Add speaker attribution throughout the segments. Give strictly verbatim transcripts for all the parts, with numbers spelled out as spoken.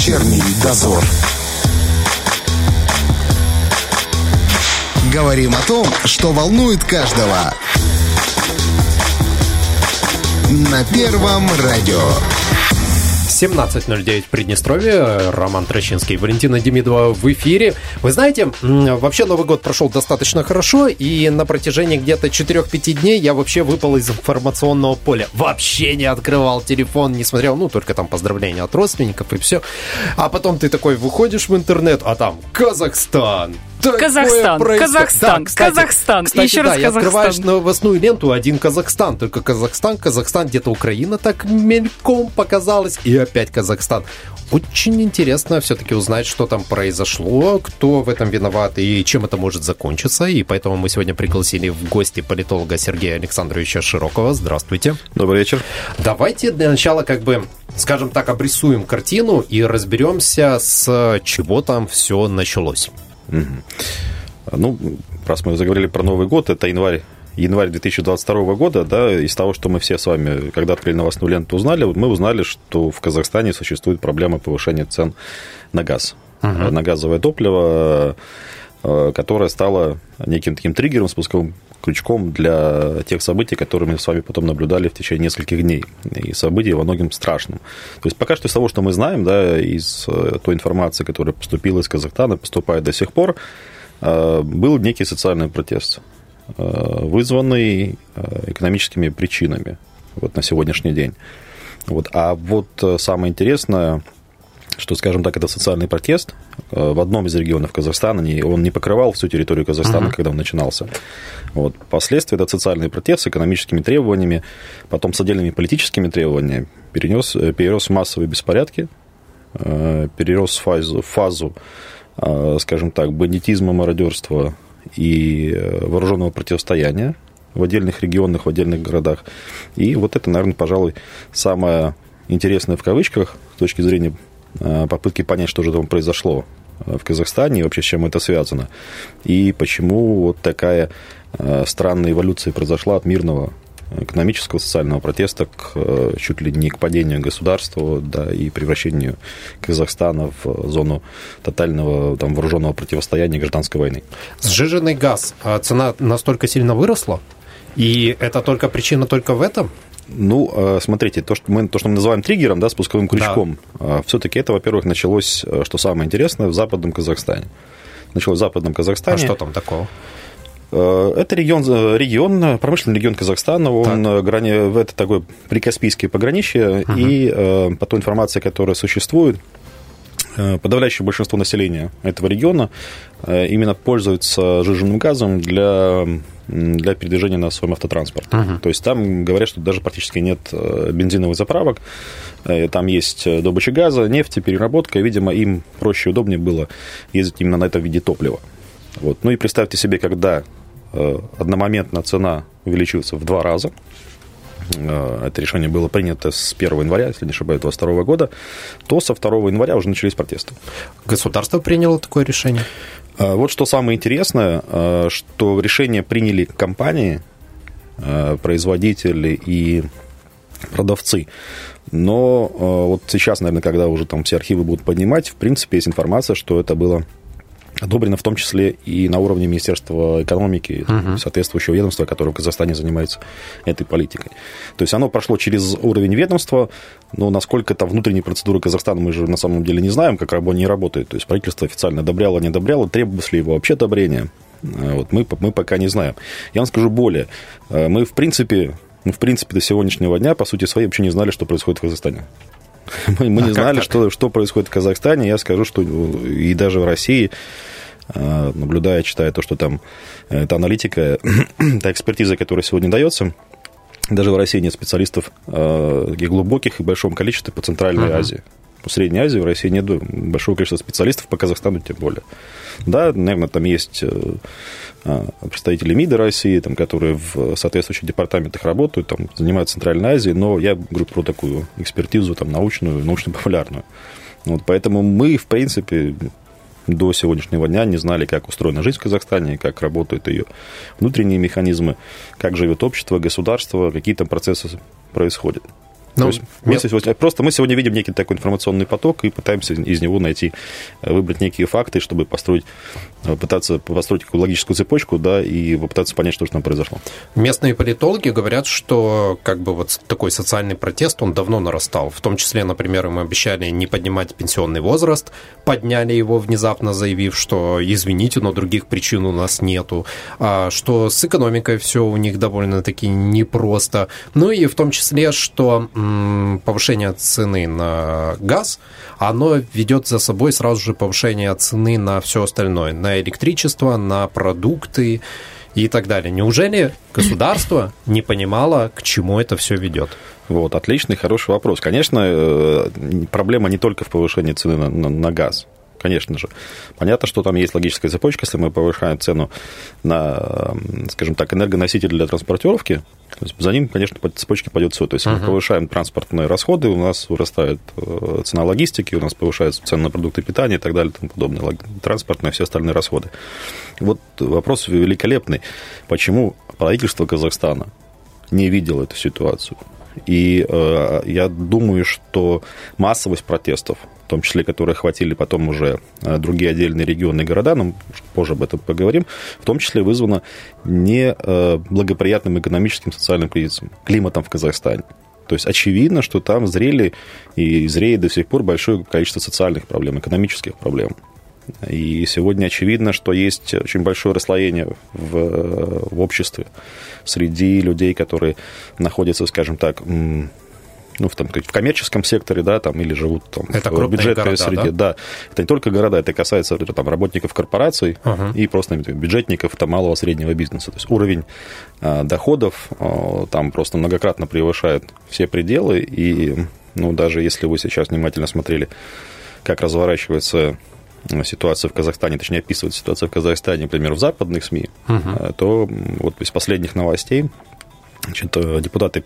Speaker 1: Вечерний дозор. Говорим о том, что волнует каждого. На Первом радио.
Speaker 2: семнадцать ноль девять в Приднестровье. Роман Трощинский, Валентина Демидова в эфире. Вы знаете, вообще Новый год прошел достаточно хорошо, и на протяжении где-то четырех-пяти дней я вообще выпал из информационного поля. Вообще не открывал телефон, не смотрел, ну, только там поздравления от родственников и все. А потом ты такой выходишь в интернет, а там Казахстан.
Speaker 3: Казахстан, происход... Казахстан, да, кстати, Казахстан,
Speaker 2: кстати,
Speaker 3: еще
Speaker 2: да,
Speaker 3: раз
Speaker 2: и
Speaker 3: Казахстан.
Speaker 2: Открываешь новостную ленту, один Казахстан, только Казахстан, Казахстан, где-то Украина так мельком показалась, и опять Казахстан. Очень интересно все-таки узнать, что там произошло, кто в этом виноват и чем это может закончиться. И поэтому мы сегодня пригласили в гости политолога Сергея Александровича Широкова. Здравствуйте.
Speaker 4: Добрый вечер.
Speaker 2: Давайте для начала, как бы, скажем так, обрисуем картину и разберемся, с чего там все началось.
Speaker 4: Угу. Ну, раз мы заговорили про Новый год, это январь. Январь две тысячи двадцать второго года, да, из того, что мы все с вами, когда открыли новостную ленту, узнали, мы узнали, что в Казахстане существует проблема повышения цен на газ, uh-huh. на газовое топливо, которое стало неким таким триггером, спусковым крючком для тех событий, которые мы с вами потом наблюдали в течение нескольких дней. И событий во многом страшным. То есть пока что из того, что мы знаем, да, из той информации, которая поступила из Казахстана, поступает до сих пор, был некий социальный протест, вызванный экономическими причинами вот, на сегодняшний день. Вот. А вот самое интересное, что, скажем так, это социальный протест в одном из регионов Казахстана, он не покрывал всю территорию Казахстана, uh-huh. когда он начинался. Вот. Впоследствии этот социальный протест с экономическими требованиями, потом с отдельными политическими требованиями перенес, перерос в массовые беспорядки, перерос в фазу, фазу, скажем так, бандитизма, мародерства и вооруженного противостояния в отдельных регионах, в отдельных городах. И вот это, наверное, пожалуй, самое интересное в кавычках с точки зрения попытки понять, что же там произошло в Казахстане и вообще с чем это связано. И почему вот такая странная эволюция произошла от мирного экономического, социального протеста к чуть ли не к падению государства, да, и превращению Казахстана в зону тотального там, вооруженного противостояния, гражданской войны.
Speaker 2: Сжиженный газ, цена настолько сильно выросла, и это только причина только в этом?
Speaker 4: Ну, смотрите, то, что мы, то, что мы называем триггером, да, спусковым крючком, да. Все-таки это, во-первых, началось, что самое интересное, в Западном Казахстане. Началось в Западном Казахстане.
Speaker 2: А что там такого?
Speaker 4: Это регион, регион, промышленный регион Казахстана, он грани, это такое прикаспийское пограничье, uh-huh. и по той информации, которая существует, подавляющее большинство населения этого региона именно пользуется сжиженным газом для, для передвижения на своем автотранспорте. Uh-huh. То есть там говорят, что даже практически нет бензиновых заправок, там есть добыча газа, нефти, переработка, и, видимо, им проще и удобнее было ездить именно на этом виде топлива. Вот. Ну и представьте себе, когда одномоментно цена увеличивается в два раза. Это решение было принято с первого января, если не ошибаюсь, двадцать второго года, то со второго января уже начались протесты.
Speaker 2: Государство приняло такое решение?
Speaker 4: Вот что самое интересное, что решение приняли компании, производители и продавцы. Но вот сейчас, наверное, когда уже там все архивы будут поднимать, в принципе, есть информация, что это было одобрено в том числе и на уровне Министерства экономики, uh-huh. соответствующего ведомства, которое в Казахстане занимается этой политикой. То есть оно прошло через уровень ведомства, но насколько это внутренние процедуры Казахстана, мы же на самом деле не знаем, как они работают. То есть правительство официально одобряло, не одобряло, требовалось ли его вообще одобрение. Вот мы, мы пока не знаем. Я вам скажу более. Мы, в принципе, мы, в принципе, до сегодняшнего дня, по сути своей, вообще не знали, что происходит в Казахстане. Мы, мы а не знали, что, что происходит в Казахстане. Я скажу, что и даже в России, наблюдая, читая то, что там эта аналитика, та экспертиза, которая сегодня дается, даже в России нет специалистов таких глубоких и в большом количестве по Центральной uh-huh. Азии. По Средней Азии в России нет большого количества специалистов, по Казахстану тем более. Да, наверное, там есть представители МИДа России, там, которые в соответствующих департаментах работают, там, занимаются Центральной Азией, но я говорю про такую экспертизу там, научную, научно-популярную. Вот, поэтому мы, в принципе, до сегодняшнего дня не знали, как устроена жизнь в Казахстане, как работают ее внутренние механизмы, как живет общество, государство, какие там процессы происходят. Ну, мы сегодня, просто мы сегодня видим некий такой информационный поток и пытаемся из него найти, выбрать некие факты, чтобы построить, пытаться построить такую логическую цепочку, да, и попытаться понять, что же там произошло.
Speaker 2: Местные политологи говорят, что как бы вот такой социальный протест, он давно нарастал. В том числе, например, им обещали не поднимать пенсионный возраст, подняли его, внезапно заявив, что извините, но других причин у нас нету, а что с экономикой все у них довольно-таки непросто. Ну и в том числе, что повышение цены на газ, оно ведет за собой сразу же повышение цены на все остальное, на электричество, на продукты и так далее. Неужели государство не понимало, к чему это все ведет?
Speaker 4: Вот, отличный, хороший вопрос. Конечно, проблема не только в повышении цены на, на, на газ. Конечно же. Понятно, что там есть логическая цепочка, если мы повышаем цену на, скажем так, энергоноситель для транспортировки, за ним, конечно, по цепочке пойдет все. То есть, если uh-huh. мы повышаем транспортные расходы, у нас вырастает цена логистики, у нас повышается цена на продукты питания и так далее и тому подобное, транспортные и все остальные расходы. Вот вопрос великолепный. Почему правительство Казахстана не видело эту ситуацию? И э, я думаю, что массовость протестов, в том числе, которые охватили потом уже другие отдельные регионы и города, но позже об этом поговорим, в том числе вызвана неблагоприятным экономическим социальным кризисом, климатом в Казахстане. То есть очевидно, что там зрели и зреет до сих пор большое количество социальных проблем, экономических проблем. И сегодня очевидно, что есть очень большое расслоение в, в обществе среди людей, которые находятся, скажем так, ну, в, там, в коммерческом секторе, да, там, или живут там,
Speaker 2: это
Speaker 4: в бюджетной
Speaker 2: города,
Speaker 4: среде. Да? Да, это не только города, это касается там, работников корпораций uh-huh. и просто бюджетников там, малого среднего бизнеса. То есть уровень а, доходов а, там просто многократно превышает все пределы. И ну, даже если вы сейчас внимательно смотрели, как разворачивается ситуация в Казахстане, точнее, описывает ситуацию в Казахстане, например, в западных СМИ, uh-huh. то вот из последних новостей значит, депутаты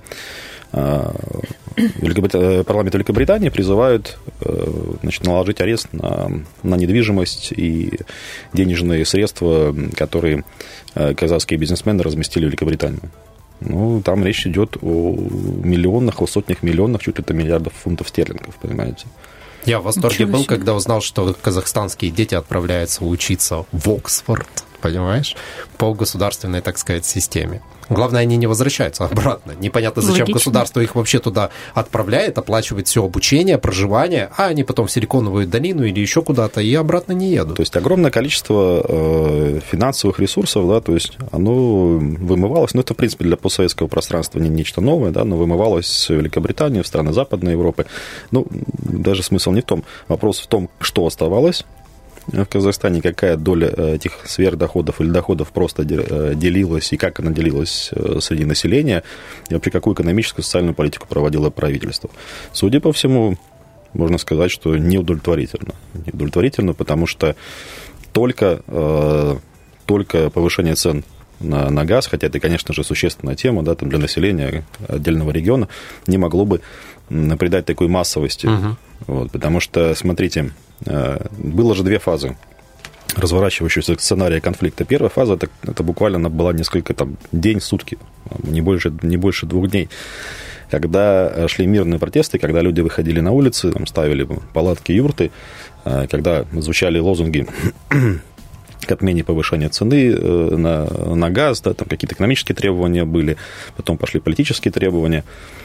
Speaker 4: парламента Великобритании призывают значит, наложить арест на, на недвижимость и денежные средства, которые казахские бизнесмены разместили в Великобритании. Ну, там речь идет о миллионах, о сотнях миллионов, чуть ли это миллиардов фунтов стерлингов, понимаете?
Speaker 2: Я в восторге был, когда узнал, что казахстанские дети отправляются учиться в Оксфорд, понимаешь, по государственной, так сказать, системе. Главное, они не возвращаются обратно. Непонятно, зачем Логично. Государство их вообще туда отправляет, оплачивает все обучение, проживание, а они потом в Силиконовую долину или еще куда-то и обратно не едут.
Speaker 4: То есть огромное количество финансовых ресурсов, да, то есть оно вымывалось, ну это, в принципе, для постсоветского пространства не нечто новое, да, но вымывалось в Великобритании, в страны Западной Европы. Ну, даже смысл не в том. Вопрос в том, что оставалось в Казахстане, какая доля этих сверхдоходов или доходов просто делилась и как она делилась среди населения, и вообще какую экономическую и социальную политику проводило правительство. Судя по всему, можно сказать, что неудовлетворительно. Неудовлетворительно, потому что только, только повышение цен на, на газ, хотя это, конечно же, существенная тема, да, там для населения отдельного региона, не могло бы придать такой массовости. Uh-huh. Вот, потому что, смотрите, было же две фазы разворачивающегося сценария конфликта. Первая фаза, это, это буквально была несколько, там, день, сутки, не больше, не больше двух дней, когда шли мирные протесты, когда люди выходили на улицы, там, ставили палатки, юрты, когда звучали лозунги к отмене повышения цены на, на газ, да, там какие-то экономические требования были, потом пошли политические требования.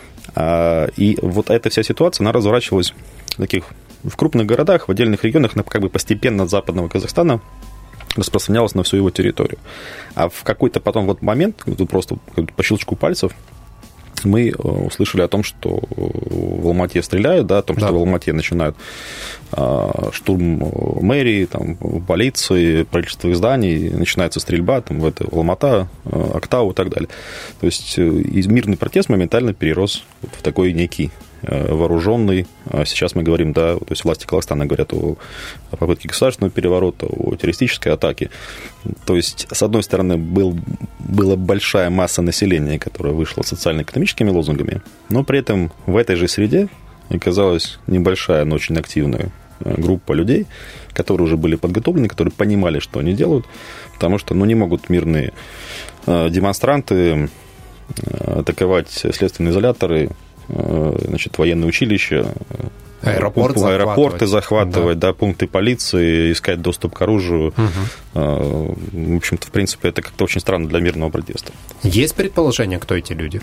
Speaker 4: И вот эта вся ситуация, она разворачивалась в таких в крупных городах, в отдельных регионах, она как бы постепенно от западного Казахстана распространялась на всю его территорию. А в какой-то потом вот момент, просто по щелчку пальцев, мы услышали о том, что в Алмате стреляют, да, о том, да. что в Алмате начинают штурм мэрии, там, полиции, правительственных зданий, начинается стрельба, там, в это, Алмата, Актау и так далее. То есть мирный протест моментально перерос в такой некий вооруженный. Сейчас мы говорим, да, то есть власти Казахстана говорят о попытке государственного переворота, о террористической атаке. То есть, с одной стороны, был, была большая масса населения, которая вышла с социально-экономическими лозунгами, но при этом в этой же среде оказалась небольшая, но очень активная группа людей, которые уже были подготовлены, которые понимали, что они делают, потому что, ну, не могут мирные демонстранты атаковать следственные изоляторы, значит, военные училища,
Speaker 2: Аэропорт
Speaker 4: аэропорты захватывать, да. Да, пункты полиции, искать доступ к оружию. Угу. В общем-то, в принципе, это как-то очень странно для мирного протеста.
Speaker 2: Есть предположение, кто эти люди?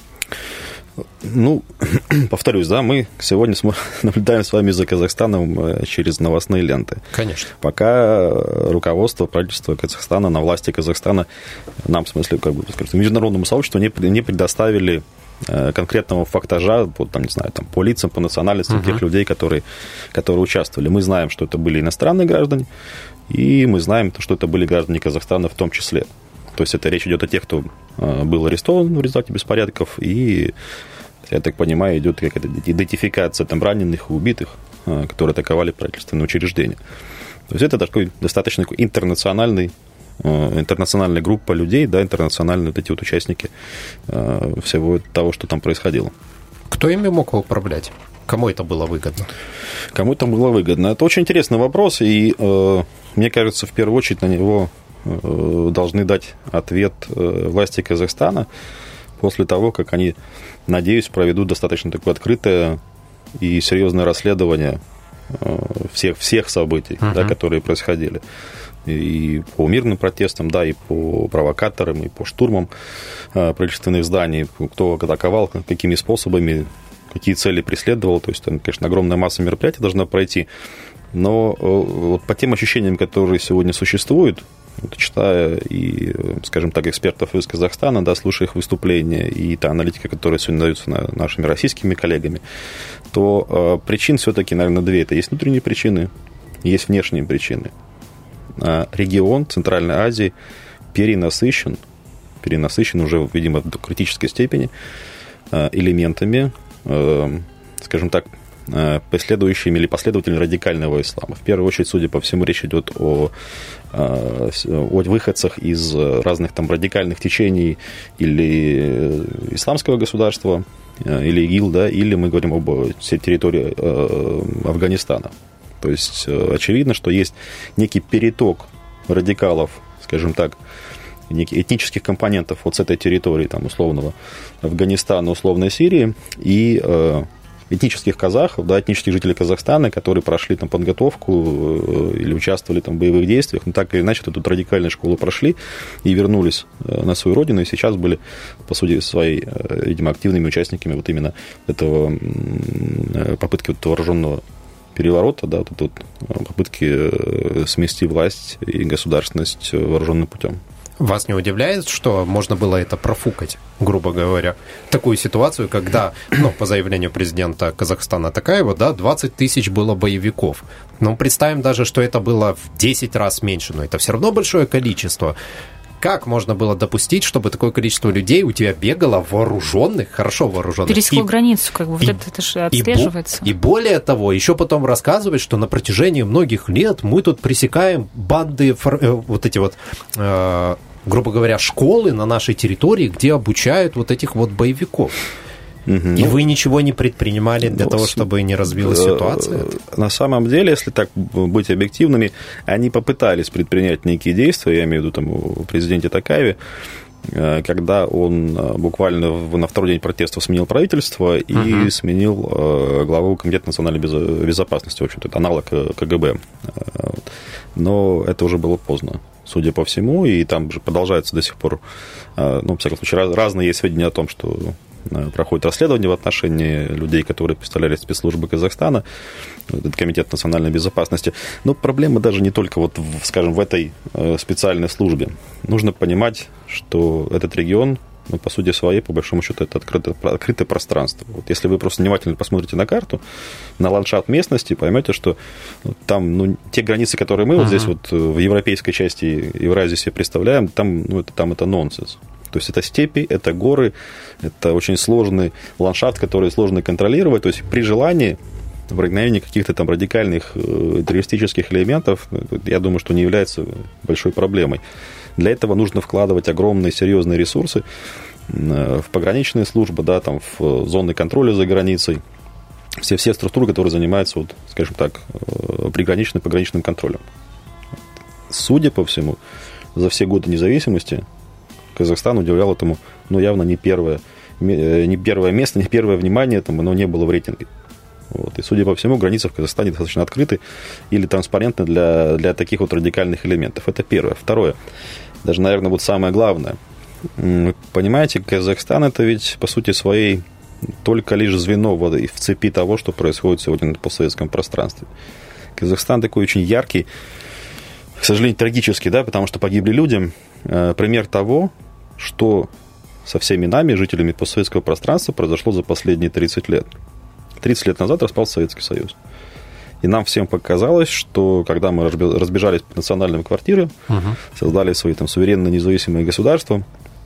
Speaker 4: Ну, повторюсь, да, мы сегодня наблюдаем с вами за Казахстаном через новостные ленты.
Speaker 2: Конечно.
Speaker 4: Пока руководство, правительство Казахстана, на власти Казахстана, нам, в смысле, как бы, скажем, международному сообществу не предоставили конкретного фактажа, по, там, не знаю, там, по лицам, по национальностям uh-huh. тех людей, которые, которые участвовали. Мы знаем, что это были иностранные граждане, и мы знаем, что это были граждане Казахстана в том числе. То есть это речь идет о тех, кто был арестован в результате беспорядков, и, я так понимаю, идет какая-то идентификация там, раненых и убитых, которые атаковали правительственные учреждения. То есть это такой достаточно такой интернациональный интернациональная группа людей, да, интернациональные вот эти вот участники э, всего того, что там происходило.
Speaker 2: Кто ими мог управлять? Кому это было выгодно?
Speaker 4: Кому это было выгодно? Это очень интересный вопрос, и э, мне кажется, в первую очередь на него э, должны дать ответ э, власти Казахстана после того, как они, надеюсь, проведут достаточно такое открытое и серьезное расследование э, всех, всех событий, uh-huh. да, которые происходили. И по мирным протестам, да, и по провокаторам, и по штурмам правительственных зданий, кто атаковал, какими способами, какие цели преследовал. То есть, там, конечно, огромная масса мероприятий должна пройти. Но вот по тем ощущениям, которые сегодня существуют, вот, читая и, скажем так, экспертов из Казахстана, да, слушая их выступления, и та аналитика, которая сегодня дается нашими российскими коллегами, то причин все-таки, наверное, две. Это есть внутренние причины, есть внешние причины. Регион Центральной Азии перенасыщен, перенасыщен уже, видимо, до критической степени элементами, скажем так, последующими или последователями радикального ислама. В первую очередь, судя по всему, речь идет о, о выходцах из разных там радикальных течений или исламского государства, или ИГИЛ, да, или мы говорим об всей территории Афганистана. То есть очевидно, что есть некий переток радикалов, скажем так, неких этнических компонентов вот с этой территории, там, условного Афганистана, условной Сирии, и э, этнических казахов, да, этнических жителей Казахстана, которые прошли там подготовку э, или участвовали там в боевых действиях, но так или иначе эту радикальную школу прошли и вернулись на свою родину, и сейчас были, по сути своей, видимо, активными участниками вот именно этого э, попытки вот вооруженного переворота, да, вот, вот попытки смести власть и государственность вооруженным путем.
Speaker 2: Вас не удивляет, что можно было это профукать, грубо говоря, такую ситуацию, когда, ну, по заявлению президента Казахстана Токаева, да, двадцать тысяч было боевиков. Но представим даже, что это было в десять раз меньше, но это все равно большое количество. Как можно было допустить, чтобы такое количество людей у тебя бегало вооруженных, хорошо вооруженных?
Speaker 3: Пересекло и, границу, как бы, вот и, это, это же отслеживается.
Speaker 2: И, и более того, еще потом рассказывать, что на протяжении многих лет мы тут пресекаем банды, вот эти вот, э, грубо говоря, школы на нашей территории, где обучают вот этих вот боевиков. Угу. И вы ничего не предпринимали для ну, того, чтобы не развилась ситуация?
Speaker 4: На самом деле, если так быть объективными, они попытались предпринять некие действия, я имею в виду там у президента Токаеве, когда он буквально на второй день протестов сменил правительство и uh-huh. сменил главу Комитета национальной безопасности, в общем-то, это аналог КГБ. Но это уже было поздно, судя по всему, и там же продолжается до сих пор, ну, в всяком случае, разные есть сведения о том, что проходит расследование в отношении людей, которые представляли спецслужбы Казахстана, этот Комитет национальной безопасности. Но проблема даже не только, вот, скажем, в этой специальной службе. Нужно понимать, что этот регион, ну, по сути своей, по большому счету, это открытое, открытое пространство. Вот если вы просто внимательно посмотрите на карту, на ландшафт местности, поймете, что там, ну, те границы, которые мы uh-huh. вот здесь вот в европейской части Евразии себе представляем, там, ну, это, там это нонсенс. То есть это степи, это горы, это очень сложный ландшафт, который сложно контролировать. То есть при желании возникновение каких-то там радикальных террористических элементов, я думаю, что не является большой проблемой. Для этого нужно вкладывать огромные серьезные ресурсы в пограничные службы, да, там, в зоны контроля за границей. Все, все структуры, которые занимаются, вот, скажем так, приграничным, пограничным контролем. Судя по всему, за все годы независимости Казахстан уделял этому, ну, явно не первое не первое место, не первое внимание, там, оно не было в рейтинге. Вот. И, судя по всему, границы в Казахстане достаточно открыты или транспарентны для, для таких вот радикальных элементов. Это первое. Второе, даже, наверное, вот самое главное. Вы понимаете, Казахстан – это ведь, по сути своей, только лишь звено в цепи того, что происходит сегодня на постсоветском пространстве. Казахстан такой очень яркий, к сожалению, трагический, да, потому что погибли люди. Пример того, что со всеми нами, жителями постсоветского пространства, произошло за последние тридцать лет. тридцать лет назад распался Советский Союз. И нам всем показалось, что когда мы разбежались по национальным квартирам, угу. создали свои там суверенные независимые государства,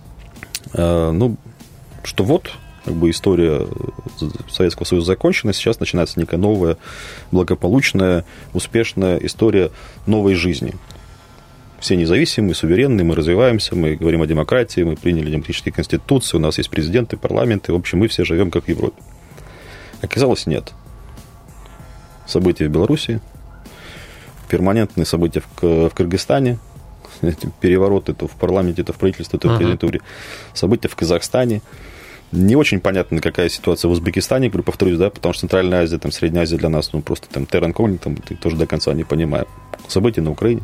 Speaker 4: э, ну, что вот как бы история Советского Союза закончена, сейчас начинается некая новая, благополучная, успешная история новой жизни. Все независимые, суверенные, мы развиваемся, мы говорим о демократии, мы приняли демократические конституции, у нас есть президенты, парламенты, в общем, мы все живем как в Европе. Оказалось, нет. События в Беларуси, перманентные события в Кыргызстане, перевороты то в парламенте, то в правительстве, то в президентуре, события в Казахстане. Не очень понятно, какая ситуация в Узбекистане, говорю, повторюсь, да, потому что Центральная Азия, там, Средняя Азия для нас, ну, просто там терра инкогнита, там, тоже до конца не понимаем. События на Украине.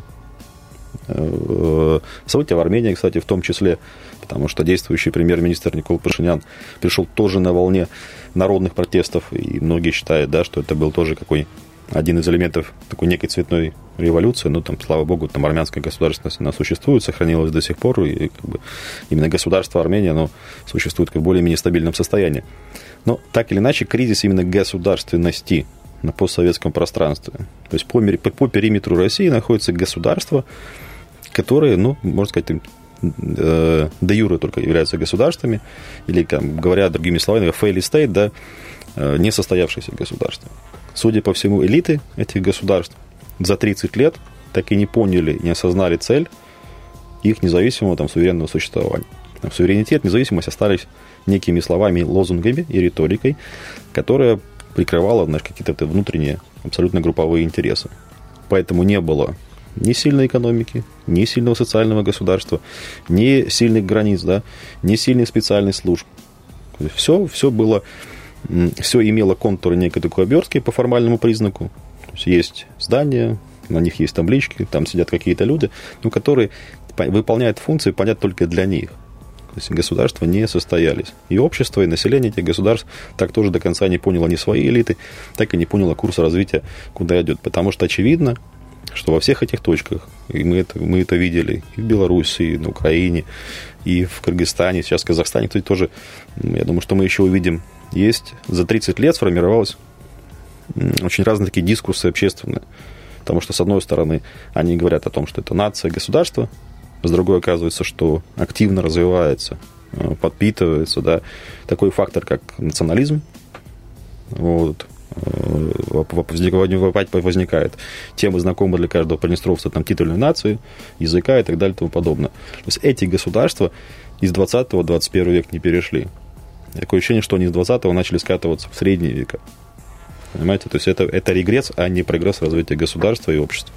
Speaker 4: События в Армении, кстати, в том числе, потому что действующий премьер-министр Никол Пашинян пришел тоже на волне народных протестов, и многие считают, да, что это был тоже какой один из элементов такой некой цветной революции. Ну, там, слава богу, там армянская государственность, она существует, сохранилась до сих пор, и как бы, именно государство Армения, оно существует в более-менее стабильном состоянии. Но так или иначе, кризис именно государственности на постсоветском пространстве. То есть по, по, по периметру России находятся государства, которые, ну, можно сказать, э, де юре только являются государствами, или, там, говоря другими словами, failed state, да, э, несостоявшиеся государства. Судя по всему, элиты этих государств за тридцать лет так и не поняли, не осознали цель их независимого, там, суверенного существования. Там, суверенитет, независимость остались некими словами, лозунгами и риторикой, которая прикрывала, знаешь, какие-то внутренние абсолютно групповые интересы. Поэтому не было ни сильной экономики, ни сильного социального государства, ни сильных границ, да, ни сильных специальных служб. Все, все было, все имело контуры некой такой обертки по формальному признаку. То есть, есть здания, на них есть таблички, там сидят какие-то люди, ну, которые выполняют функции, понятно, только для них. То есть государства не состоялись. И общество, и население этих государств так тоже до конца не поняло ни свои элиты, так и не поняло курс развития, куда идет. Потому что очевидно, что во всех этих точках, и мы это, мы это видели и в Беларуси, и на Украине, и в Кыргызстане, сейчас в Казахстане, кстати, тоже, я думаю, что мы еще увидим, есть за тридцать лет сформировалось очень разные такие дискурсы общественные. Потому что, с одной стороны, они говорят о том, что это нация, государство, с другой, оказывается, что активно развивается, подпитывается, да, такой фактор, как национализм. Вот. Возникает темы, знакомые для каждого приднестровца, там, титульной нации, языка и так далее и тому подобное. То есть эти государства из двадцатого в двадцать первый век не перешли. Такое ощущение, что они из двадцатого начали скатываться в средние века. Понимаете? То есть это, это регресс, а не прогресс развития государства и общества.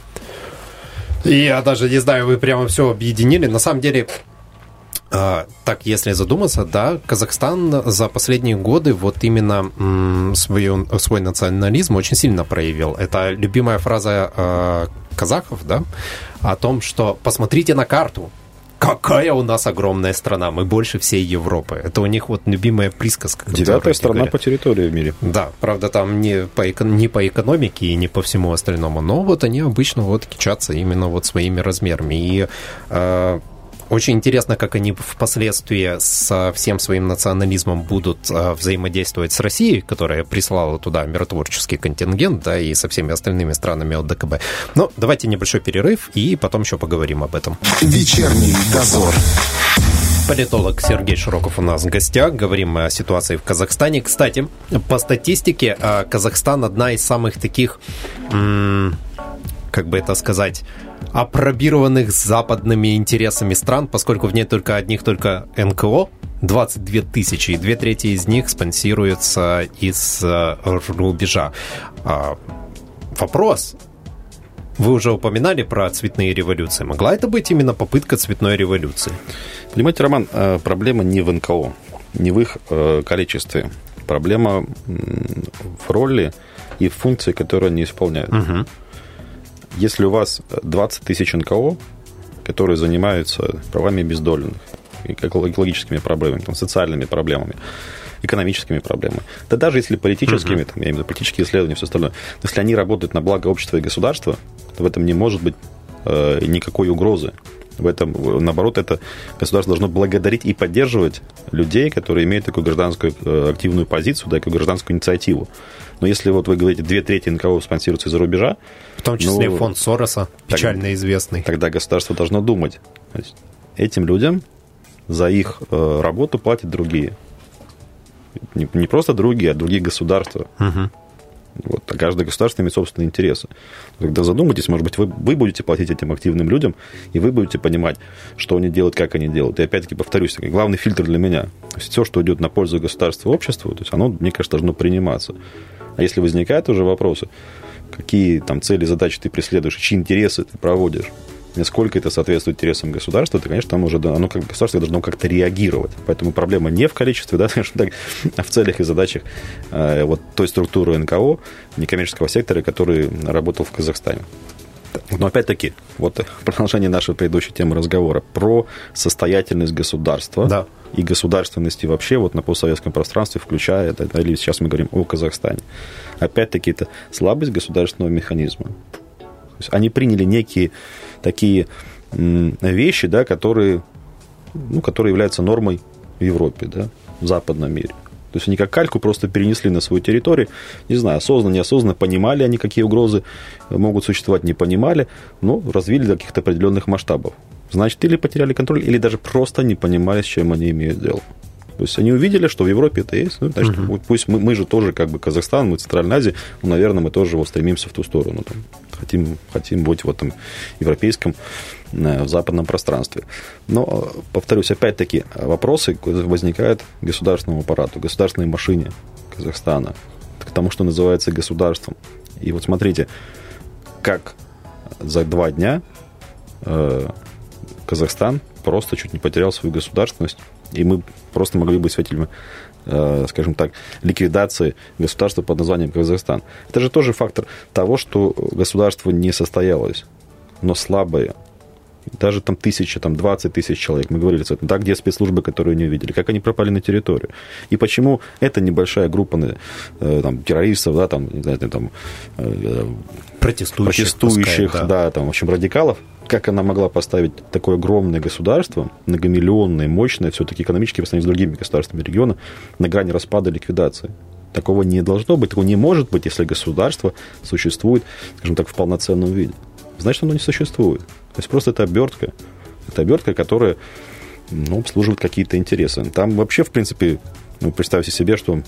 Speaker 2: Я даже не знаю, вы прямо все объединили. На самом деле, э, так, если задуматься, да, Казахстан за последние годы вот именно м, свою, свой национализм очень сильно проявил. Это любимая фраза э, казахов, да, о том, что посмотрите на карту. Какая у нас огромная страна, мы больше всей Европы. Это у них вот любимая присказка.
Speaker 4: Девятая страна говорят. По территории в мире.
Speaker 2: Да, правда, там не по, не по экономике и не по всему остальному, но вот они обычно вот кичатся именно вот своими размерами. И э, очень интересно, как они впоследствии со всем своим национализмом будут э, взаимодействовать с Россией, которая прислала туда миротворческий контингент, да, и со всеми остальными странами от ДКБ. Но давайте небольшой перерыв, и потом еще поговорим об этом.
Speaker 1: Вечерний дозор.
Speaker 2: Политолог Сергей Широков у нас в гостях. Говорим о ситуации в Казахстане. Кстати, по статистике, Казахстан одна из самых таких, как бы это сказать, опробированных западными интересами стран, поскольку в ней только одних только эн ка о, двадцать две тысячи, и две трети из них спонсируются из рубежа. Вопрос. Вы уже упоминали про цветные революции. Могла это быть именно попытка цветной революции?
Speaker 4: Понимаете, Роман, проблема не в эн ка о. не в их количестве. Проблема в роли и в функции, которые они исполняют. Угу. Если у вас двадцать тысяч эн ка о, которые занимаются правами обездоленных, экологическими проблемами, там, социальными проблемами, экономическими проблемами, да даже если политическими, uh-huh. там, я имею в виду политические исследования и все остальное, если они работают на благо общества и государства, то в этом не может быть э, никакой угрозы. В этом, наоборот, это государство должно благодарить и поддерживать людей, которые имеют такую гражданскую э, активную позицию, да, такую гражданскую инициативу. Но если вот вы говорите, две трети эн ка о спонсируются из-за рубежа,
Speaker 2: в том числе
Speaker 4: ну,
Speaker 2: фонд Сороса, печально
Speaker 4: тогда,
Speaker 2: известный.
Speaker 4: Тогда государство должно думать. То есть этим людям за их э, работу платят другие. Не, не просто другие, а другие государства. Угу. Вот, а каждое государство имеет собственные интересы. Когда задумайтесь, может быть, вы, вы будете платить этим активным людям, и вы будете понимать, что они делают, как они делают. И опять-таки повторюсь, главный фильтр для меня. То есть все, что идет на пользу государству и обществу, то есть оно, мне кажется, должно приниматься. А если возникают уже вопросы, какие там цели, задачи ты преследуешь, чьи интересы ты проводишь, насколько это соответствует интересам государства, то, конечно, там уже оно как государство должно как-то реагировать. Поэтому проблема не в количестве, да, так, а в целях и задачах э, вот той структуры эн ка о, некоммерческого сектора, который работал в Казахстане. Но опять-таки, вот продолжение нашей предыдущей темы разговора про состоятельность государства, да, и государственности вообще вот на постсоветском пространстве, включая, да, или сейчас мы говорим о Казахстане. Опять-таки, это слабость государственного механизма. То есть они приняли некие такие вещи, да, которые, ну, которые являются нормой в Европе, да, в западном мире. То есть они как кальку просто перенесли на свою территорию, не знаю, осознанно, неосознанно, понимали они, какие угрозы могут существовать, не понимали, но развили до каких-то определенных масштабов. Значит, или потеряли контроль, или даже просто не понимали, с чем они имеют дело. То есть они увидели, что в Европе это есть, ну, значит, uh-huh. пусть мы, мы же тоже как бы Казахстан, мы Центральная Азия, ну, наверное, мы тоже вот стремимся в ту сторону, там, хотим, хотим быть в этом европейском, в западном пространстве. Но, повторюсь, опять-таки, вопросы возникают к государственному аппарату, государственной машине Казахстана, к тому, что называется государством. И вот смотрите, как за два дня э, Казахстан просто чуть не потерял свою государственность, и мы просто могли быть свидетелями, э, скажем так, ликвидации государства под названием Казахстан. Это же тоже фактор того, что государство не состоялось, но слабое. Даже там тысяча, там двадцать тысяч человек, мы говорили, да, где спецслужбы, которые не увидели, как они пропали на территорию. И почему эта небольшая группа там, террористов, да, там, не знаю, там,
Speaker 2: протестующих,
Speaker 4: протестующих
Speaker 2: пускай,
Speaker 4: да. Да, там, в общем, радикалов, как она могла поставить такое огромное государство, многомиллионное, мощное, все-таки экономически по сравнению с другими государствами региона, на грани распада, ликвидации. Такого не должно быть, такого не может быть, если государство существует, скажем так, в полноценном виде. Значит, оно не существует. То есть просто это обертка. Это обертка, которая, ну, обслуживает какие-то интересы. Там вообще, в принципе, ну, представьте себе, что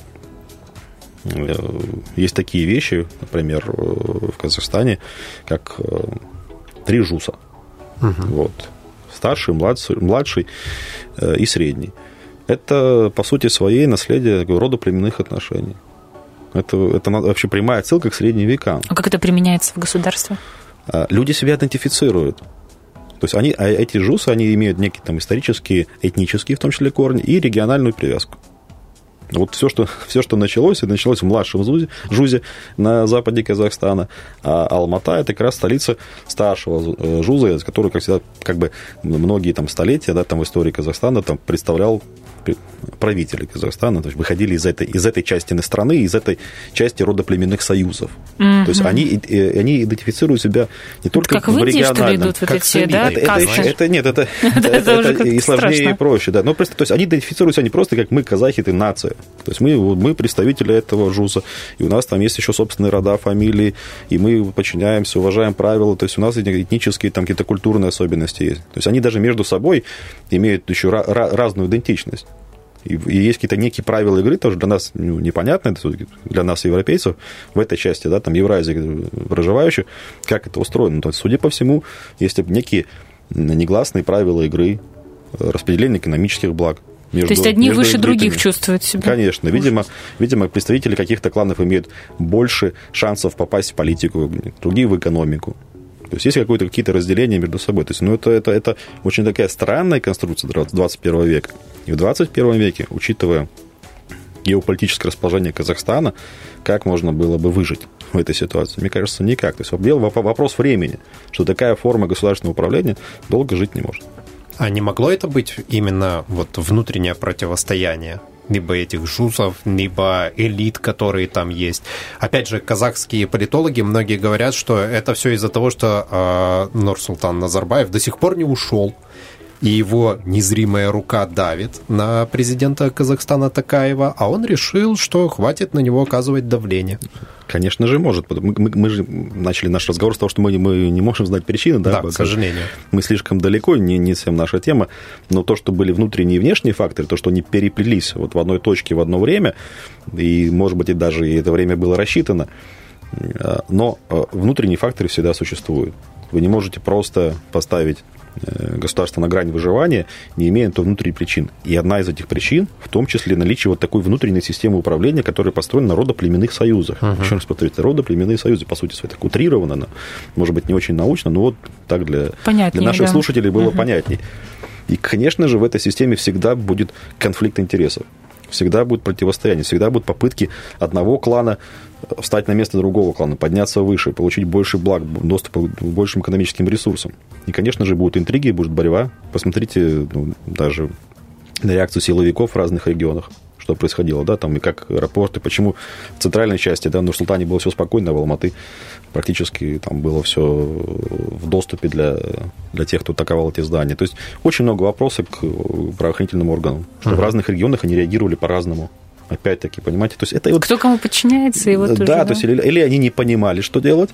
Speaker 4: есть такие вещи, например, в Казахстане, как три ЖУСа. Угу. Вот. Старший, младший, младший и средний. Это, по сути своей, наследие рода племенных отношений. Это, это вообще прямая отсылка к средним векам.
Speaker 3: А как это применяется в государстве?
Speaker 4: Люди себя идентифицируют. То есть они, эти жусы, они имеют некие там исторические, этнические, в том числе, корни, и региональную привязку. Вот все, что, все, что началось, это началось в младшем Жузе, Жузе на западе Казахстана, а Алмата – это как раз столица старшего Жуза, который, как всегда, как бы многие там столетия, да, там в истории Казахстана там представлял правители Казахстана, то есть выходили из этой, из этой части страны, из этой части рода племенных союзов. Mm-hmm. То есть они, они идентифицируют себя не только
Speaker 3: как в, в
Speaker 4: региональном...
Speaker 3: Как в Индии, что ли, идут вот эти, да,
Speaker 4: это, это, это, нет, это, это, это, это и сложнее, и проще. Да. Но просто, то есть они идентифицируются не просто как мы, казахи, ты нация. То есть мы, мы представители этого жуза, и у нас там есть еще собственные рода, фамилии, и мы подчиняемся, уважаем правила, то есть у нас этнические, там какие-то культурные особенности есть. То есть они даже между собой имеют еще разную идентичность. И есть какие-то некие правила игры, тоже для нас ну, непонятно, для нас, европейцев, в этой части, да, там, Евразии проживающих, как это устроено. То есть, судя по всему, есть некие негласные правила игры, распределение экономических благ. Между,
Speaker 3: То есть одни выше
Speaker 4: элитами.
Speaker 3: Других чувствуют себя.
Speaker 4: Конечно. Видимо, видимо, представители каких-то кланов имеют больше шансов попасть в политику, другие в экономику. То есть есть какое-то, какие-то разделения между собой. То есть, ну, это, это, это очень такая странная конструкция двадцать первого века. И в двадцать первом веке, учитывая геополитическое расположение Казахстана, как можно было бы выжить в этой ситуации? Мне кажется, никак. То есть вопрос времени, что такая форма государственного управления долго жить не может.
Speaker 2: А не могло это быть именно вот внутреннее противостояние? Либо этих жусов, либо элит, которые там есть. Опять же, казахские политологи, многие говорят, что это все из-за того, что э, Нурсултан Назарбаев до сих пор не ушел, и его незримая рука давит на президента Казахстана Токаева, а он решил, что хватит на него оказывать давление.
Speaker 4: Конечно же, может. Мы, мы, мы же начали наш разговор с того, что мы, мы не можем знать причины. Да,
Speaker 2: да, к сожалению.
Speaker 4: Мы слишком далеко, не, не совсем наша тема. Но то, что были внутренние и внешние факторы, то, что они переплелись вот в одной точке в одно время, и, может быть, и даже и это время было рассчитано, но внутренние факторы всегда существуют. Вы не можете просто поставить государство на грани выживания, не имея то внутренних причин. И одна из этих причин, в том числе наличие вот такой внутренней системы управления, которая построена на родоплеменных союзах. Uh-huh. Еще раз повторюсь, родоплеменные союзы, по сути, так утрировано, но, может быть, не очень научно, но вот так для, для наших да. слушателей было uh-huh. понятней. И, конечно же, в этой системе всегда будет конфликт интересов. Всегда будет противостояние, всегда будут попытки одного клана встать на место другого клана, подняться выше, получить больше благ, доступ к большим экономическим ресурсам. И, конечно же, будут интриги, будет борьба. Посмотрите ну, даже на реакцию силовиков в разных регионах, что происходило, да, там и как аэропорты, почему в центральной части, да, в Нур-Султане было все спокойно, а в Алматы практически там было все в доступе для, для тех, кто атаковал эти здания. То есть очень много вопросов к правоохранительным органам, что uh-huh. в разных регионах они реагировали по-разному. Опять-таки, понимаете, то есть это вот...
Speaker 3: Кто кому подчиняется, и вот
Speaker 4: да,
Speaker 3: уже,
Speaker 4: да, то есть или, или они не понимали, что делать,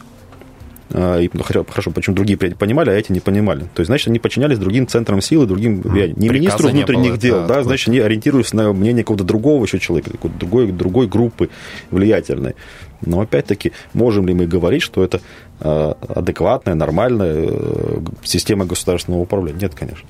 Speaker 4: и, ну, хорошо, почему другие понимали, а эти не понимали. То есть, значит, они подчинялись другим центрам силы, другим влияниям. Не министру внутренних было, дел, да, да значит, они ориентируются на мнение какого-то другого еще человека, какой-то другой, другой группы влиятельной. Но, опять-таки, можем ли мы говорить, что это адекватная, нормальная система государственного управления? Нет, конечно.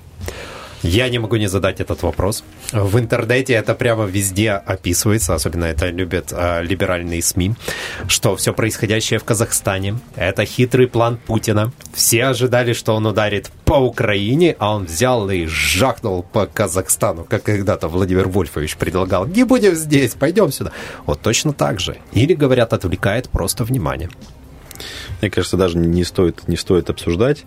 Speaker 2: Я не могу не задать этот вопрос. В интернете это прямо везде описывается, особенно это любят э, либеральные СМИ, что все происходящее в Казахстане – это хитрый план Путина. Все ожидали, что он ударит по Украине, а он взял и жахнул по Казахстану, как когда-то Владимир Вольфович предлагал. Не будем здесь, пойдем сюда. Вот точно так же. Или, говорят, отвлекает просто внимание.
Speaker 4: Мне кажется, даже не стоит, не стоит обсуждать.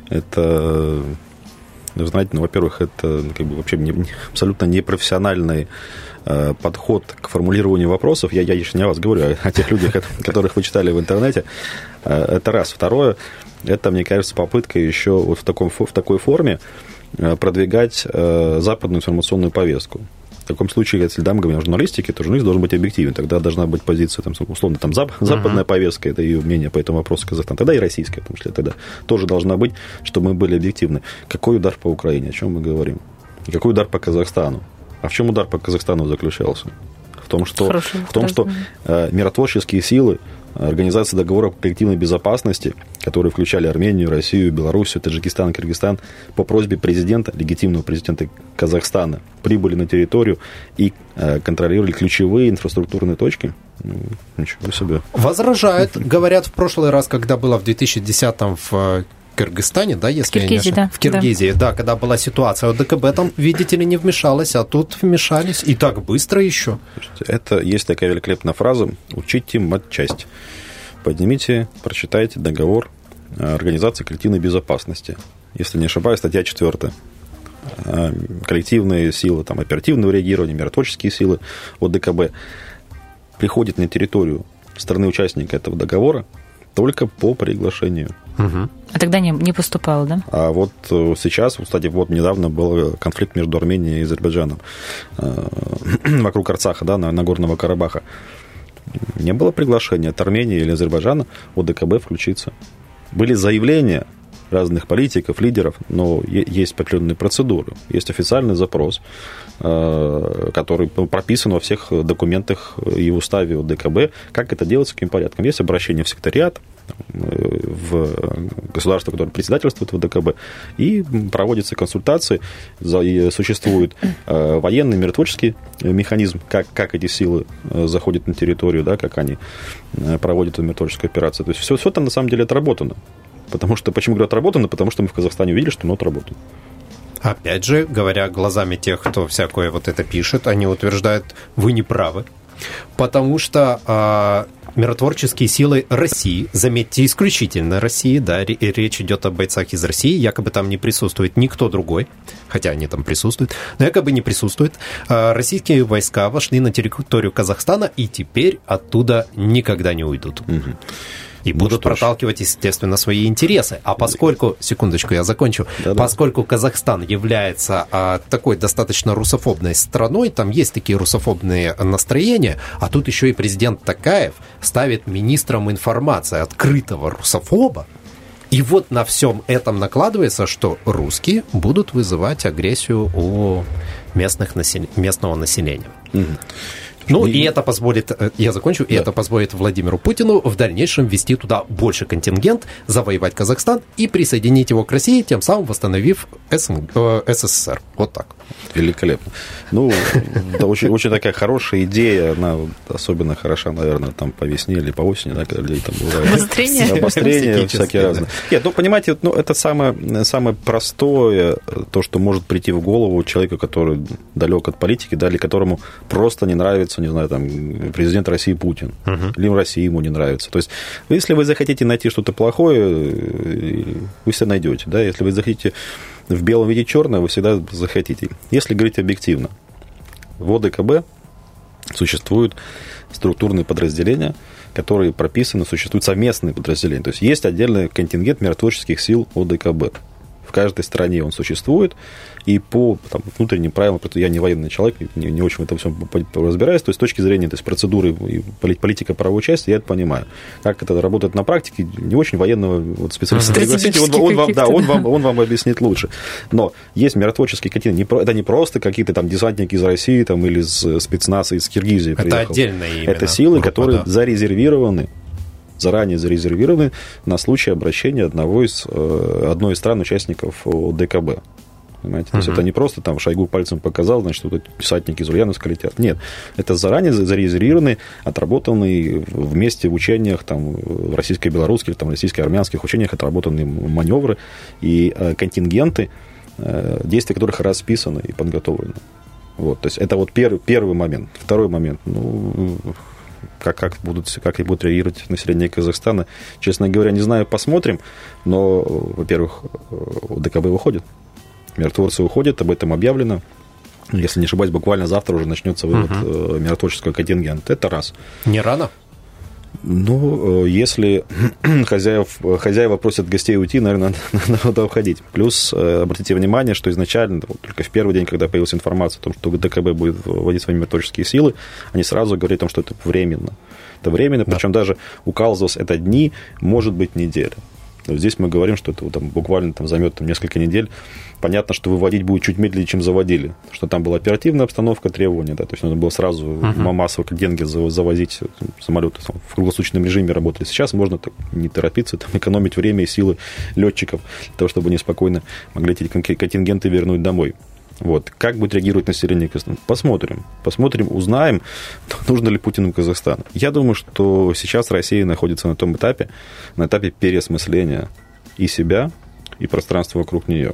Speaker 4: Это... Вы знаете, ну, во-первых, это как бы вообще не, абсолютно непрофессиональный э, подход к формулированию вопросов. Я, я еще не о вас говорю, а о тех людях, которых вы читали в интернете. Э, это раз. Второе, это, мне кажется, попытка еще вот в, таком, в такой форме продвигать э, западную информационную повестку. В таком случае, если да, мы говорим о журналистике, то журналист должен быть объективен. Тогда должна быть позиция, там, условно, там, зап- западная uh-huh. повестка, это ее мнение по этому вопросу Казахстана. Тогда и российская, в том числе, тогда тоже должна быть, чтобы мы были объективны. Какой удар по Украине, о чем мы говорим? И какой удар по Казахстану? А в чем удар по Казахстану заключался? В том, что, в том, что э, миротворческие силы, Организации договора по коллективной безопасности, которые включали Армению, Россию, Белоруссию, Таджикистан, Кыргызстан, по просьбе президента, легитимного президента Казахстана, прибыли на территорию и э, контролировали ключевые инфраструктурные точки. Ну, ничего себе.
Speaker 2: Возражают, говорят, в прошлый раз, когда было в две тысячи десятом в Кыргызстане, да, если
Speaker 3: в Киргизии,
Speaker 2: я не
Speaker 3: да,
Speaker 2: в Киргизии, да. да, когда была ситуация, ОДКБ там, видите ли, не вмешалась, а тут вмешались, и так быстро еще.
Speaker 4: Это есть такая великолепная фраза «учите матчасть». Поднимите, прочитайте договор Организации коллективной безопасности. Если не ошибаюсь, статья четвёртая. Коллективные силы, там, оперативного реагирования, миротворческие силы ОДКБ приходят на территорию страны-участника этого договора только по приглашению.
Speaker 3: Угу. А тогда не, не поступало, да?
Speaker 4: А вот сейчас, кстати, вот недавно был конфликт между Арменией и Азербайджаном вокруг Арцаха, да, Нагорного Карабаха. Не было приглашения от Армении или Азербайджана ОДКБ включиться. Были заявления разных политиков, лидеров, но есть определенные процедуры, есть официальный запрос, который прописан во всех документах и уставе ОДКБ, как это делается, каким порядком. Есть обращение в секретариат, в государство, которое председательствует в ОДКБ, и проводятся консультации, существует военный, миротворческий механизм, как, как эти силы заходят на территорию, да, как они проводят эту миротворческую операцию. То есть все, все там на самом деле отработано. Потому что, почему говорю отработано? Потому что мы в Казахстане увидели, что оно отработано.
Speaker 2: Опять же, говоря глазами тех, кто всякое вот это пишет, они утверждают, вы не правы. Потому что э, миротворческие силы России, заметьте, исключительно России, да, речь идет о бойцах из России, якобы там не присутствует никто другой, хотя они там присутствуют, но якобы не присутствует. Э, российские войска вошли на территорию Казахстана и теперь оттуда никогда не уйдут. Угу. И будут ну, проталкивать, естественно, свои интересы. А поскольку, секундочку, я закончу, Да-да. поскольку Казахстан является а, такой достаточно русофобной страной, там есть такие русофобные настроения, а тут еще и президент Токаев ставит министром информации открытого русофоба. И вот на всем этом накладывается, что русские будут вызывать агрессию у местных насел... местного населения. Угу. Ну, и... и это позволит, я закончу, да. и это позволит Владимиру Путину в дальнейшем ввести туда больше контингент, завоевать Казахстан и присоединить его к России, тем самым восстановив СНГ, э, СССР. Вот так.
Speaker 4: Великолепно. Ну, это очень, очень такая хорошая идея, она особенно хороша, наверное, там по весне или по осени, да, когда людей там бывает.
Speaker 3: Обострение.
Speaker 4: Обострение всякие разные. Нет, ну, понимаете, ну, это самое, самое простое, то, что может прийти в голову человеку, который далек от политики, да, или которому просто не нравится, не знаю, там, президент России Путин, uh-huh. или Россия ему не нравится. То есть, если вы захотите найти что-то плохое, вы всегда найдете, да, если вы захотите в белом виде черное, вы всегда захотите. Если говорить объективно, в ОДКБ существуют структурные подразделения, которые прописаны, существуют совместные подразделения. То есть, есть отдельный контингент миротворческих сил ОДКБ. В каждой стране он существует, и по там, внутренним правилам, я не военный человек, не, не очень в этом всем разбираюсь, то есть с точки зрения то есть, процедуры и политика правовой части, я это понимаю. Как это работает на практике, не очень военного вот, специалиста пригласите, он, он, вам, да, он, вам, он вам объяснит лучше. Но есть миротворческие контингенты, это не просто какие-то там десантники из России там, или из спецназа из Киргизии
Speaker 2: это
Speaker 4: приехал.
Speaker 2: Отдельные именно.
Speaker 4: Это силы,
Speaker 2: группа,
Speaker 4: которые
Speaker 2: да.
Speaker 4: зарезервированы заранее зарезервированы на случай обращения одного из, одной из стран участников ОДКБ. Понимаете? Uh-huh. То есть это не просто там Шойгу пальцем показал, значит, вот десантники из Ульяновска летят. Нет, это заранее зарезервированные, отработанные вместе в учениях, там, в российско-белорусских, там, российско-армянских учениях отработанные маневры и контингенты, действия которых расписаны и подготовлены. Вот, то есть это вот первый, первый момент. Второй момент, ну... Как, как, будут, как и будут реагировать население Казахстана. Честно говоря, не знаю, посмотрим. Но, во-первых, ОДКБ выходит. Миротворцы уходят, об этом объявлено. Если не ошибаюсь, буквально завтра уже начнется вывод угу. миротворческого контингента. Это раз.
Speaker 2: Не рано?
Speaker 4: Ну, если хозяев, хозяева просят гостей уйти, наверное, надо, надо уходить. Плюс, обратите внимание, что изначально, вот только в первый день, когда появилась информация о том, что ДКБ будет вводить свои миротворческие силы, они сразу говорили о том, что это временно. Это временно, да. Причем даже указывалось, это дни, может быть, неделя. Здесь мы говорим, что это там, буквально там, займет там, несколько недель. Понятно, что выводить будет чуть медленнее, чем заводили. Что там была оперативная обстановка, требования. Да, то есть нужно было сразу uh-huh. массово деньги завозить, самолеты там, в круглосуточном режиме работали. Сейчас можно так, не торопиться, там, экономить время и силы летчиков для того, чтобы они спокойно могли эти контингенты вернуть домой. Вот. Как будет реагировать население Казахстана? Посмотрим. Посмотрим, узнаем, нужно ли Путину Казахстан. Я думаю, что сейчас Россия находится на том этапе, на этапе переосмысления и себя, и пространства вокруг нее.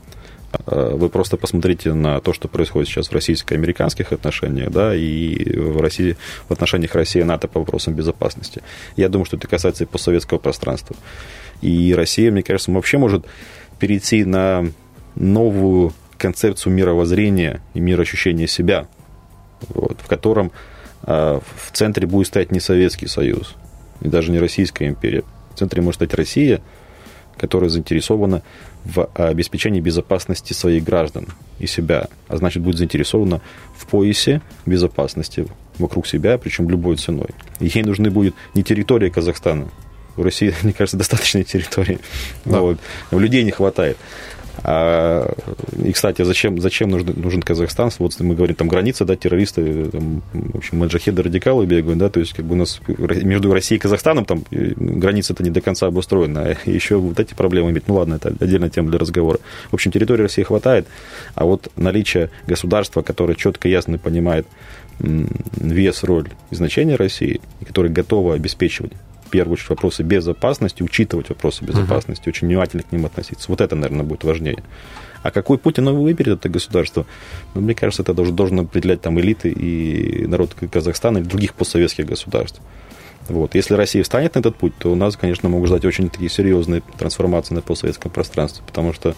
Speaker 4: Вы просто посмотрите на то, что происходит сейчас в российско-американских отношениях, да, и в России, в отношениях России и НАТО по вопросам безопасности. Я думаю, что это касается и постсоветского пространства. И Россия, мне кажется, вообще может перейти на новую концепцию мировоззрения и мироощущения себя, вот, в котором э, в центре будет стоять не Советский Союз, и даже не Российская империя. В центре может стать Россия, которая заинтересована в обеспечении безопасности своих граждан и себя, а значит, будет заинтересована в поясе безопасности вокруг себя, причем любой ценой. И ей нужны будет не территория Казахстана. В России, мне кажется, достаточной территории. Да. Вот. Людей не хватает. А, и, кстати, зачем, зачем нужен, нужен Казахстан? Вот мы говорим, там граница, да, террористы, там, в общем, маджахеды, радикалы бегают, да, то есть как бы у нас между Россией и Казахстаном там граница-то не до конца обустроена, а еще вот эти проблемы иметь. Ну ладно, это отдельная тема для разговора. В общем, территории России хватает, а вот наличие государства, которое четко и ясно понимает вес, роль и значение России, и которое готово обеспечивать первую очередь вопросы безопасности, учитывать вопросы безопасности, uh-huh. очень внимательно к ним относиться. Вот это, наверное, будет важнее. А какой путь оно выберет, это государство? Ну, мне кажется, это должен, должен определять там элиты и народ Казахстана или других постсоветских государств. Вот. Если Россия встанет на этот путь, то у нас, конечно, могут ждать очень такие серьезные трансформации на постсоветском пространстве, потому что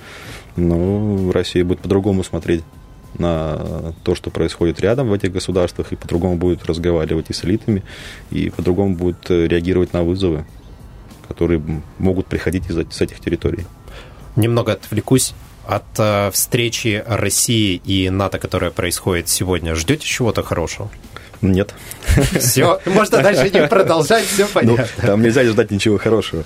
Speaker 4: ну, Россия будет по-другому смотреть на то, что происходит рядом в этих государствах, и по-другому будет разговаривать и с элитами, и по-другому будет реагировать на вызовы, которые могут приходить из с этих территорий.
Speaker 2: Немного отвлекусь от э, встречи России и НАТО, которая происходит сегодня. Ждете чего-то хорошего?
Speaker 4: Нет.
Speaker 2: Все, можно дальше не продолжать, все понятно.
Speaker 4: Ну, там нельзя ждать ничего хорошего.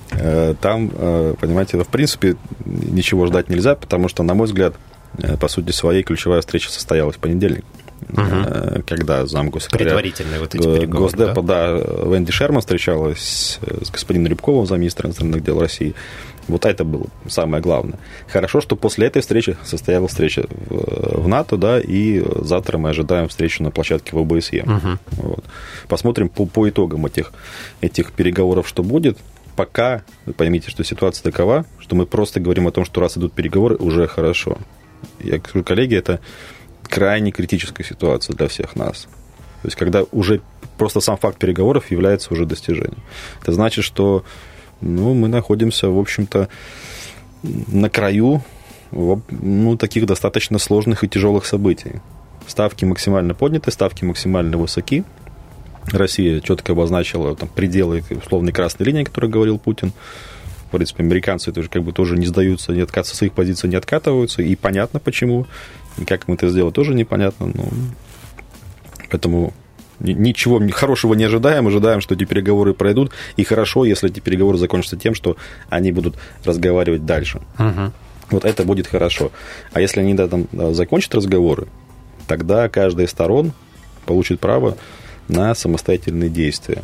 Speaker 4: Там, понимаете, в принципе, ничего ждать нельзя, потому что, на мой взгляд, по сути своей, ключевая встреча состоялась в понедельник, угу. когда замгоссекретаря
Speaker 2: предварительные вот эти переговоры,
Speaker 4: Госдепа, да? да, Венди Шерман встречалась с господином Рябковым, замминистра иностранных дел России. Вот это было самое главное. Хорошо, что после этой встречи состоялась встреча в, в НАТО, да, и завтра мы ожидаем встречу на площадке в ОБСЕ. Угу. Вот. Посмотрим по, по итогам этих, этих переговоров, что будет. Пока, вы поймите, что ситуация такова, что мы просто говорим о том, что раз идут переговоры, уже хорошо. Я говорю, коллеги, это крайне критическая ситуация для всех нас. То есть, когда уже просто сам факт переговоров является уже достижением. Это значит, что ну, мы находимся, в общем-то, на краю ну, таких достаточно сложных и тяжелых событий. Ставки максимально подняты, ставки максимально высоки. Россия четко обозначила там, пределы условной красной линии, о которой говорил Путин. В принципе, американцы тоже, как бы, тоже не сдаются, не откатываются, со своих позиций не откатываются. И понятно, почему. И как им это сделать, тоже непонятно. Но... Поэтому... Ничего хорошего не ожидаем, ожидаем, что эти переговоры пройдут, и хорошо, если эти переговоры закончатся тем, что они будут разговаривать дальше. Uh-huh. Вот это будет хорошо. А если они да, там, закончат разговоры, тогда каждая из сторон получит право на самостоятельные действия.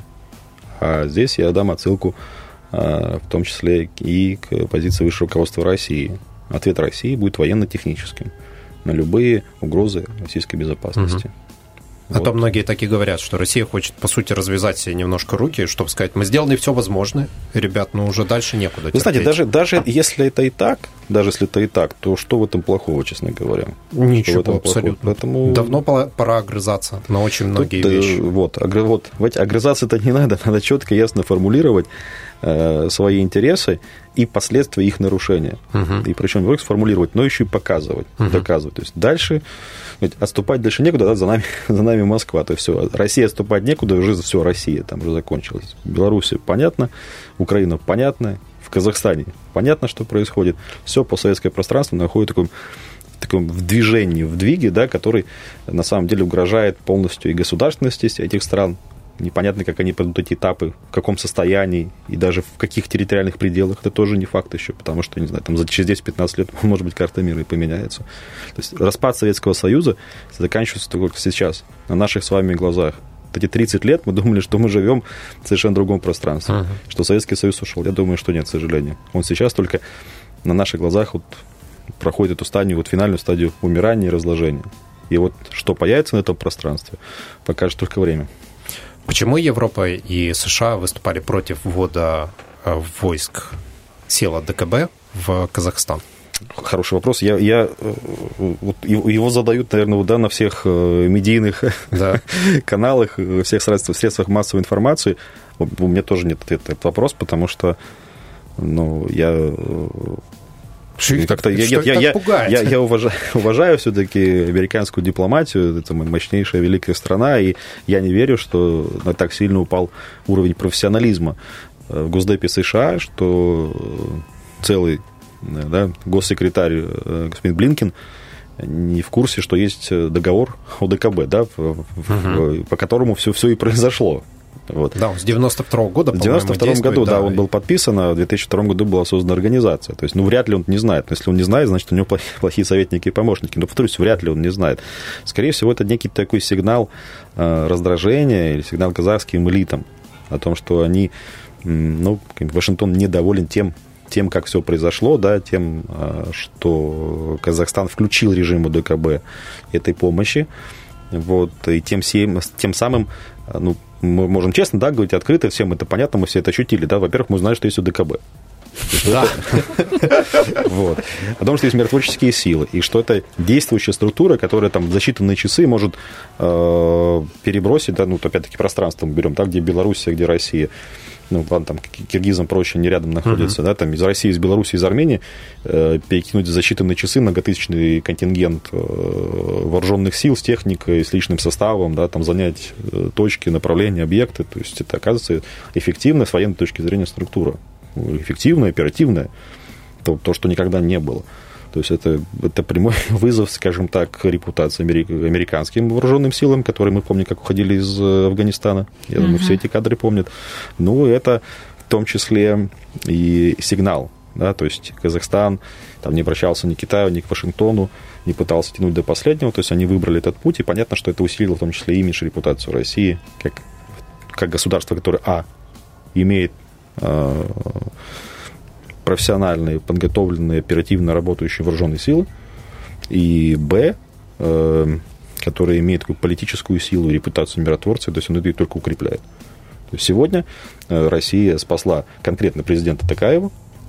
Speaker 4: А здесь я дам отсылку, в том числе и к позиции высшего руководства России. Ответ России будет военно-техническим на любые угрозы российской безопасности. Uh-huh.
Speaker 2: А
Speaker 4: вот.
Speaker 2: то многие так и говорят, что Россия хочет, по сути, развязать себе немножко руки, чтобы сказать, мы сделали все возможное, ребят, но уже дальше некуда.
Speaker 4: Вы знаете, даже, даже если это и так, даже если это и так, то что в этом плохого, честно говоря?
Speaker 2: Ничего,
Speaker 4: этом
Speaker 2: абсолютно.
Speaker 4: Поэтому...
Speaker 2: Давно пора огрызаться на очень многие
Speaker 4: Тут,
Speaker 2: вещи.
Speaker 4: Вот, вот, огрызаться-то не надо, надо четко, ясно формулировать э, свои интересы и последствия их нарушения. Угу. И причем не только сформулировать, но еще и показывать, угу. доказывать. То есть дальше отступать дальше некуда, да, за нами, за нами Москва. То есть все, Россия отступать некуда, уже все, Россия там уже закончилась. Белоруссия понятно, Украина понятно, в Казахстане понятно, что происходит. Все постсоветское пространство находится в таком, в таком в движении, в двиге, да, который на самом деле угрожает полностью и государственности этих стран. Непонятно, как они пройдут эти этапы, в каком состоянии и даже в каких территориальных пределах. Это тоже не факт еще, потому что, не знаю, там за через десять-пятнадцать лет, может быть, карта мира и поменяется. То есть распад Советского Союза заканчивается только сейчас, на наших с вами глазах. Вот эти тридцать лет мы думали, что мы живем в совершенно другом пространстве, uh-huh. что Советский Союз ушел. Я думаю, что нет, к сожалению. Он сейчас только на наших глазах вот проходит эту стадию, вот финальную стадию умирания и разложения. И вот что появится на этом пространстве, покажет только время.
Speaker 2: Почему Европа и США выступали против ввода войск сил ДКБ в Казахстан?
Speaker 4: Хороший вопрос. Я, я, вот его задают, наверное, да, на всех медийных да. каналах, всех средствах, средствах массовой информации. У меня тоже нет ответа на этот вопрос, потому что ну, я...
Speaker 2: Что
Speaker 4: как-то
Speaker 2: их,
Speaker 4: я,
Speaker 2: что
Speaker 4: я,
Speaker 2: их
Speaker 4: я,
Speaker 2: так пугает?
Speaker 4: Я, я уважаю, уважаю все-таки американскую дипломатию, это мощнейшая великая страна, и я не верю, что так сильно упал уровень профессионализма в Госдепе США, что целый да, госсекретарь господин Блинкен не в курсе, что есть договор о ДКБ, да, угу. по которому все, все и произошло. Вот.
Speaker 2: Да, с девяносто второго года,
Speaker 4: в девяносто втором году, да, он был подписан, а в две тысячи втором году была создана организация. То есть, ну, вряд ли он не знает. Но если он не знает, значит, у него плохие, плохие советники и помощники. Но, повторюсь, вряд ли он не знает. Скорее всего, это некий такой сигнал э, раздражения или сигнал казахским элитам о том, что они, ну, Вашингтон недоволен тем, тем, как все произошло, да, тем, э, что Казахстан включил режим ДКБ этой помощи. Вот, и тем, тем самым, ну, мы можем честно, да, говорить открыто, всем это понятно, мы все это ощутили, да, во-первых, мы знаем, что есть УДКБ. Да. Вот. О том, что есть миротворческие силы, и что это действующая структура, которая там за считанные часы может э, перебросить, да, ну, опять-таки, пространство мы берем, да, где Белоруссия, где Россия. Ну, ладно, там киргизам проще, не рядом находятся, uh-huh. да, там из России, из Беларуси, из Армении э, перекинуть за считанные часы многотысячный контингент э, вооруженных сил с техникой, с личным составом, да, там занять э, точки, направления, объекты. То есть это, оказывается, эффективная с военной точки зрения структура. Эффективная, оперативная, то, то, что никогда не было. То есть это, это прямой вызов, скажем так, репутации американским вооруженным силам, которые мы помним, как уходили из Афганистана. Я думаю, uh-huh. все эти кадры помнят. Ну, это в том числе и сигнал. Да? То есть Казахстан там, не обращался ни к Китаю, ни к Вашингтону, не пытался тянуть до последнего. То есть они выбрали этот путь, и понятно, что это усилило в том числе имидж и репутацию России как, как государство, которое, а, имеет профессиональные, подготовленные, оперативно работающие вооруженные силы, и б, которые имеют такую политическую силу и репутацию миротворца, то есть он это только укрепляет. То есть сегодня Россия спасла конкретно президента Токаева,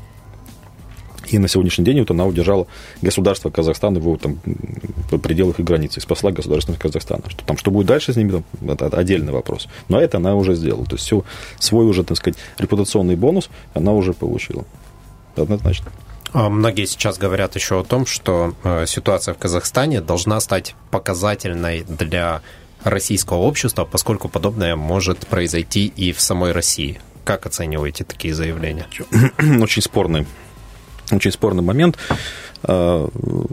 Speaker 4: и на сегодняшний день вот она удержала государство Казахстана в его там, пределах и границах, спасла государство Казахстана. Что, там, что будет дальше с ними, там, это отдельный вопрос. Но это она уже сделала. То есть все, свой уже, так сказать, репутационный бонус она уже получила. Однозначно.
Speaker 2: Многие сейчас говорят еще о том, что ситуация в Казахстане должна стать показательной для российского общества, поскольку подобное может произойти и в самой России. Как оцениваете такие заявления?
Speaker 4: Очень спорный. Очень спорный момент. Ну,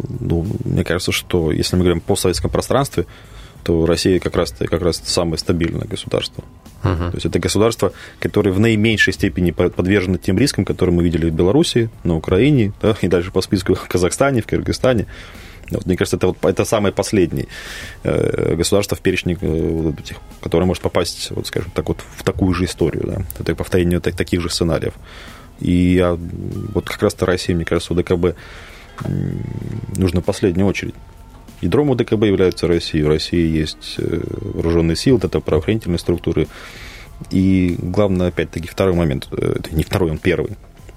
Speaker 4: мне кажется, что если мы говорим о постсоветском пространстве, то Россия как раз, как раз самое стабильное государство. Uh-huh. То есть это государство, которое в наименьшей степени подвержено тем рискам, которые мы видели в Беларуси, на Украине, да, и дальше по списку в Казахстане, в Кыргызстане. Вот, мне кажется, это, вот, это самое последнее государство в перечне, которое может попасть, вот, скажем так, вот, в такую же историю. Да? Это повторение таких же сценариев. И я, вот как раз-то Россия, мне кажется, УДКБ нужно в последнюю очередь. Ядром УДКБ является Россия. В России есть вооруженные силы, это правоохранительные структуры. И главное, опять-таки, второй момент, это не второй, он первый.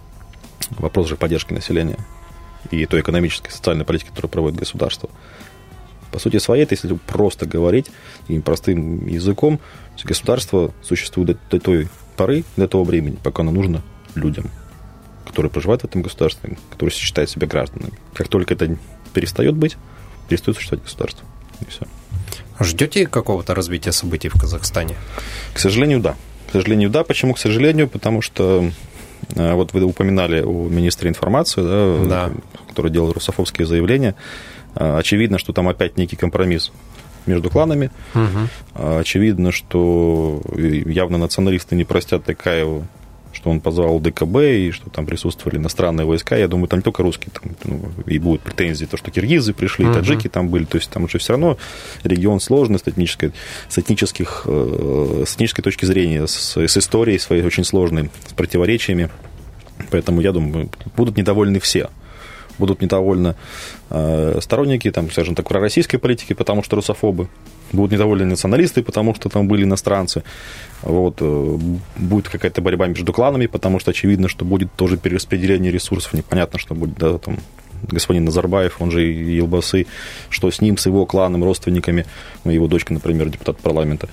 Speaker 4: Вопрос же поддержки населения и той экономической, социальной политики, которую проводит государство. По сути своей, это, если просто говорить и простым языком, государство существует до той поры, до того времени, пока оно нужно людям, которые проживают в этом государстве, которые считают себя гражданами. Как только это перестает быть, перестает существовать государство. И все.
Speaker 2: Ждете какого-то развития событий в Казахстане?
Speaker 4: К сожалению, да. К сожалению, да. Почему к сожалению? Потому что вот вы упоминали у министра информации, да,
Speaker 2: да.
Speaker 4: который делал русофобские заявления. Очевидно, что там опять некий компромисс между кланами. Угу. Очевидно, что явно националисты не простят Токаеву, что он позвал ДКБ, и что там присутствовали иностранные войска. Я думаю, там не только русские, там, ну, и будут претензии, то, что киргизы пришли, uh-huh. таджики там были. То есть там уже все равно регион сложный с, этнической, с, этнических, с этнической точки зрения, с, с историей своей очень сложной, с противоречиями. Поэтому, я думаю, будут недовольны все. Будут недовольны э, сторонники, там, скажем так, пророссийской политики, потому что русофобы. Будут недовольны националисты, потому что там были иностранцы. Вот. Будет какая-то борьба между кланами, потому что очевидно, что будет тоже перераспределение ресурсов. Непонятно, что будет, да, там, господин Назарбаев, он же Елбасы, что с ним, с его кланом, родственниками, его дочка, например, депутат парламента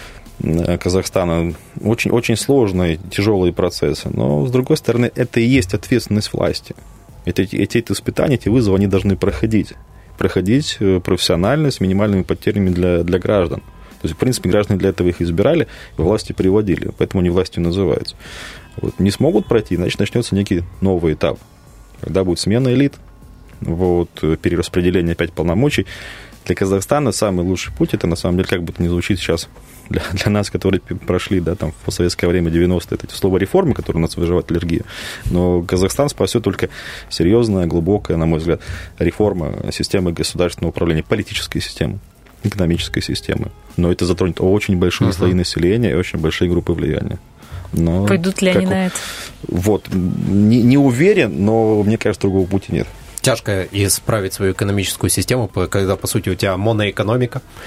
Speaker 4: Казахстана. Очень, очень сложные, тяжелые процессы. Но, с другой стороны, это и есть ответственность власти. Эти, эти, эти испытания, эти вызовы, они должны проходить. Проходить профессионально, с минимальными потерями для, для граждан. То есть, в принципе, граждане для этого их избирали, и власти приводили. Поэтому они властью называются. Вот. Не смогут пройти, значит, начнется некий новый этап. Когда будет смена элит, вот, перераспределение опять полномочий. Для Казахстана самый лучший путь, это, на самом деле, как бы это ни звучит сейчас, для, для нас, которые прошли, да, там, в постсоветское время, девяностые, это слово реформы, которое у нас вызывает аллергию. Но Казахстан спасет только серьезная, глубокая, на мой взгляд, реформа системы государственного управления, политической системы, экономической системы. Но это затронет очень большие uh-huh. слои населения и очень большие группы влияния. Но
Speaker 3: пойдут ли они на это?
Speaker 4: Вот, не, не уверен, но мне кажется, другого пути нет.
Speaker 2: Тяжко исправить свою экономическую систему, когда, по сути, у тебя моноэкономика.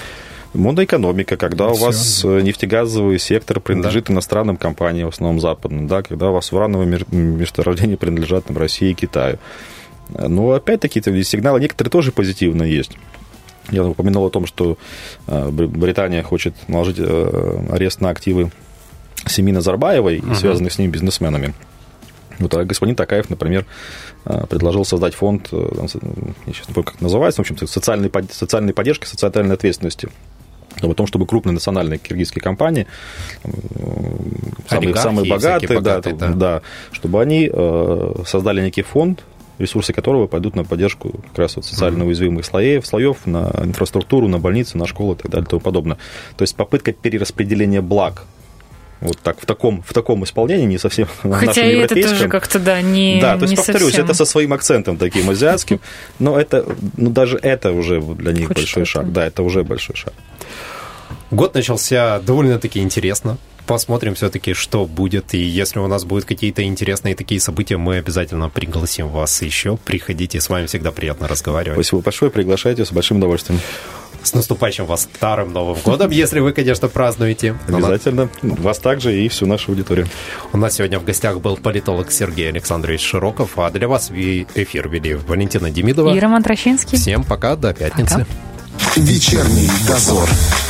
Speaker 4: Моноэкономика, когда у вас нефтегазовый сектор принадлежит да. иностранным компаниям, в основном западным, да, когда у вас урановые месторождения принадлежат там, России и Китаю. Но опять-таки сигналы некоторые тоже позитивные есть. Я упомянул о том, что Британия хочет наложить арест на активы семьи Назарбаевой и uh-huh. связанных с ним бизнесменами. Вот, а господин Токаев, например, предложил создать фонд, я сейчас не помню, как называется, в общем-то, социальной, социальной поддержки, социальной ответственности. О том, чтобы крупные национальные киргизские компании, самые, самые богатые, богатые да, да. Да, чтобы они создали некий фонд, ресурсы которого пойдут на поддержку как раз вот социально уязвимых слоев, слоев, на инфраструктуру, на больницы, на школы и так далее и тому подобное. То есть попытка перераспределения благ вот так, в таком, в таком исполнении, не совсем
Speaker 3: Хотя
Speaker 4: нашем
Speaker 3: и
Speaker 4: европейском.
Speaker 3: это тоже как-то, да, не
Speaker 4: Да, то есть,
Speaker 3: не
Speaker 4: повторюсь,
Speaker 3: совсем.
Speaker 4: Это со своим акцентом таким азиатским, но это, ну, даже это уже для них
Speaker 3: Хоть
Speaker 4: большой
Speaker 3: что-то.
Speaker 4: шаг. Да, это уже большой шаг.
Speaker 2: Год начался довольно-таки интересно. Посмотрим все-таки, что будет. И если у нас будут какие-то интересные такие события, мы обязательно пригласим вас еще. Приходите, с вами всегда приятно разговаривать.
Speaker 4: Спасибо большое, приглашайте, с большим удовольствием.
Speaker 2: С наступающим вас Старым Новым годом, если вы, конечно, празднуете.
Speaker 4: Обязательно. Вас также и всю нашу аудиторию.
Speaker 2: У нас сегодня в гостях был политолог Сергей Александрович Широков, а для вас эфир вели Валентина Демидова
Speaker 3: И Роман Трощинский.
Speaker 2: Всем пока, до пятницы.
Speaker 3: Пока.
Speaker 1: Вечерний дозор.